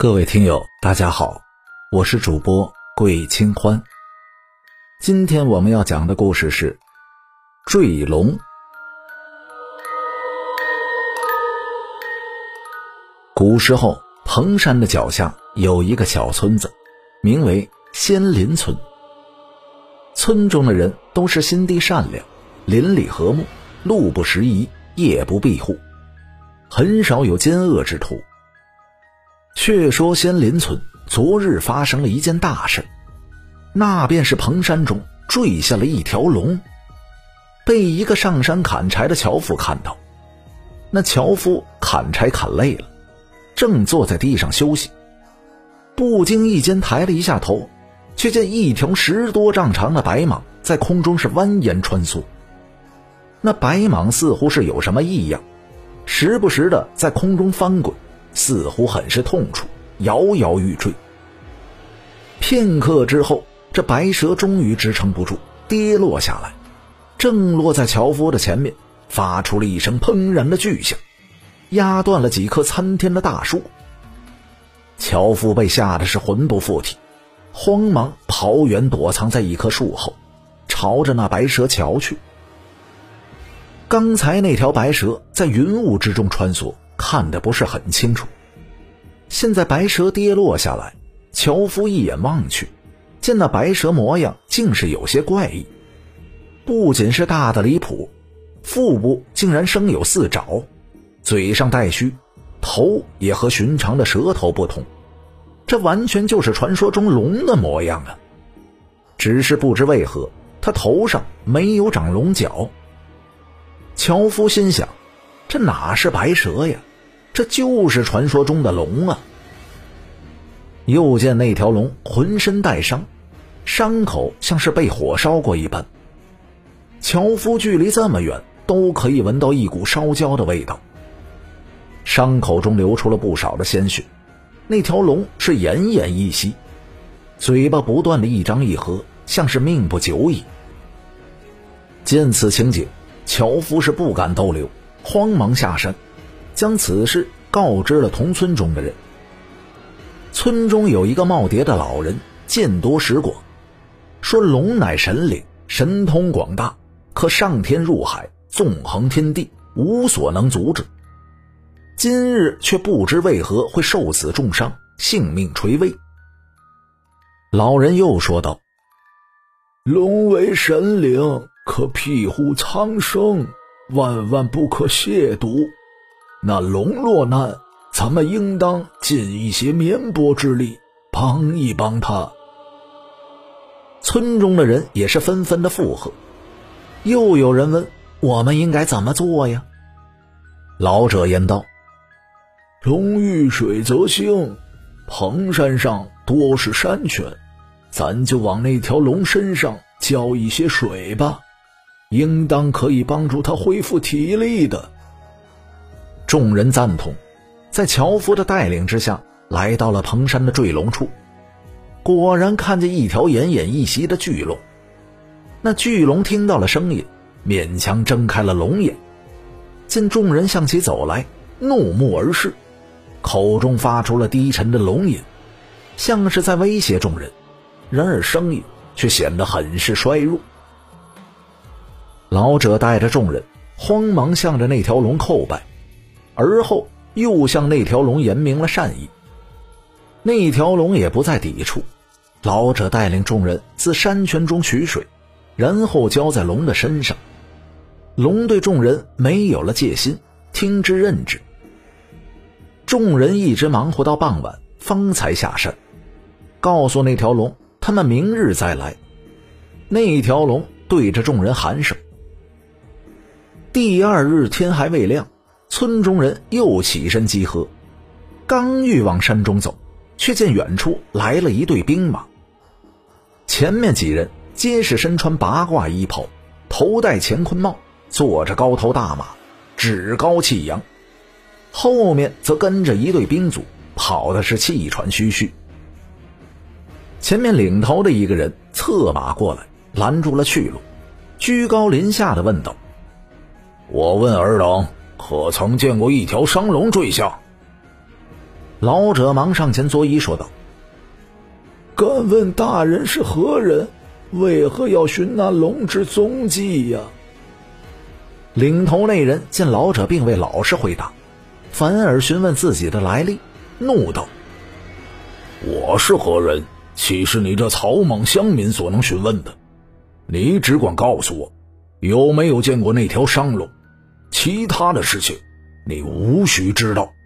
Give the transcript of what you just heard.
各位听友大家好，我是主播桂清欢。今天我们要讲的故事是坠龙。古时候彭山的脚下有一个小村子，名为仙林村。村中的人都是心地善良，邻里和睦，路不拾遗，夜不闭户，很少有奸恶之徒。却说仙林村昨日发生了一件大事，那便是彭山中坠下了一条龙，被一个上山砍柴的樵夫看到。那樵夫砍柴砍累了，正坐在地上休息，不经意间抬了一下头，却见一条10多丈长的白蟒在空中是蜿蜒穿梭。那白蟒似乎是有什么异样，时不时的在空中翻滚，似乎很是痛楚，摇摇欲坠。片刻之后，这白蛇终于支撑不住，跌落下来，正落在樵夫的前面，发出了一声砰然的巨响，压断了几棵参天的大树。樵夫被吓得是魂不附体，慌忙跑远躲藏在一棵树后，朝着那白蛇瞧去。刚才那条白蛇在云雾之中穿梭，看得不是很清楚。现在白蛇跌落下来，樵夫一眼望去，见那白蛇模样竟是有些怪异，不仅是大的离谱，腹部竟然生有4爪，嘴上带须，头也和寻常的蛇头不同，这完全就是传说中龙的模样啊！只是不知为何，他头上没有长龙角。樵夫心想，这哪是白蛇呀，这就是传说中的龙啊！又见那条龙浑身带伤，伤口像是被火烧过一般。樵夫距离这么远，都可以闻到一股烧焦的味道。伤口中流出了不少的鲜血，那条龙是奄奄一息，嘴巴不断的一张一合，像是命不久矣。见此情景，樵夫是不敢逗留，慌忙下山，将此事告知了同村中的人。村中有一个耄耋的老人，见多识广，说龙乃神灵，神通广大，可上天入海，纵横天地，无所能阻止。今日却不知为何会受此重伤，性命垂危。老人又说道： 龙为神灵，可庇护苍生，万万不可亵渎。那龙落难，咱们应当尽一些绵薄之力，帮一帮他。 村中的人也是纷纷的附和。又有人问，我们应该怎么做呀？老者言道： 龙遇水则兴，彭山上多是山泉，咱就往那条龙身上浇一些水吧，应当可以帮助他恢复体力的。 众人赞同，在樵夫的带领之下，来到了彭山的坠龙处。果然看见一条奄奄一息的巨龙。那巨龙听到了声音，勉强睁开了龙眼，见众人向其走来，怒目而视，口中发出了低沉的龙吟，像是在威胁众人，然而声音却显得很是衰弱。老者带着众人慌忙向着那条龙叩拜，而后又向那条龙言明了善意。那条龙也不再抵触，老者带领众人自山泉中取水，然后浇在龙的身上。龙对众人没有了戒心，听之任之。众人一直忙活到傍晚，方才下山，告诉那条龙他们明日再来。那条龙对着众人鼾声。第2日天还未亮，村中人又起身集合，刚欲往山中走，却见远处来了一队兵马。前面几人皆是身穿八卦衣袍，头戴乾坤帽，坐着高头大马，趾高气扬。后面则跟着一队兵卒，跑的是气喘吁吁。前面领头的一个人策马过来，拦住了去路，居高临下的问道： 我问尔等，可曾见过一条商龙坠下？ 老者忙上前作揖说道： 敢问大人是何人？为何要寻那龙之踪迹呀？ 领头那人见老者并未老实回答，反而询问自己的来历，怒道： 我是何人？岂是你这草莽乡民所能询问的？你只管告诉我，有没有见过那条商龙？其他的事情你无需知道。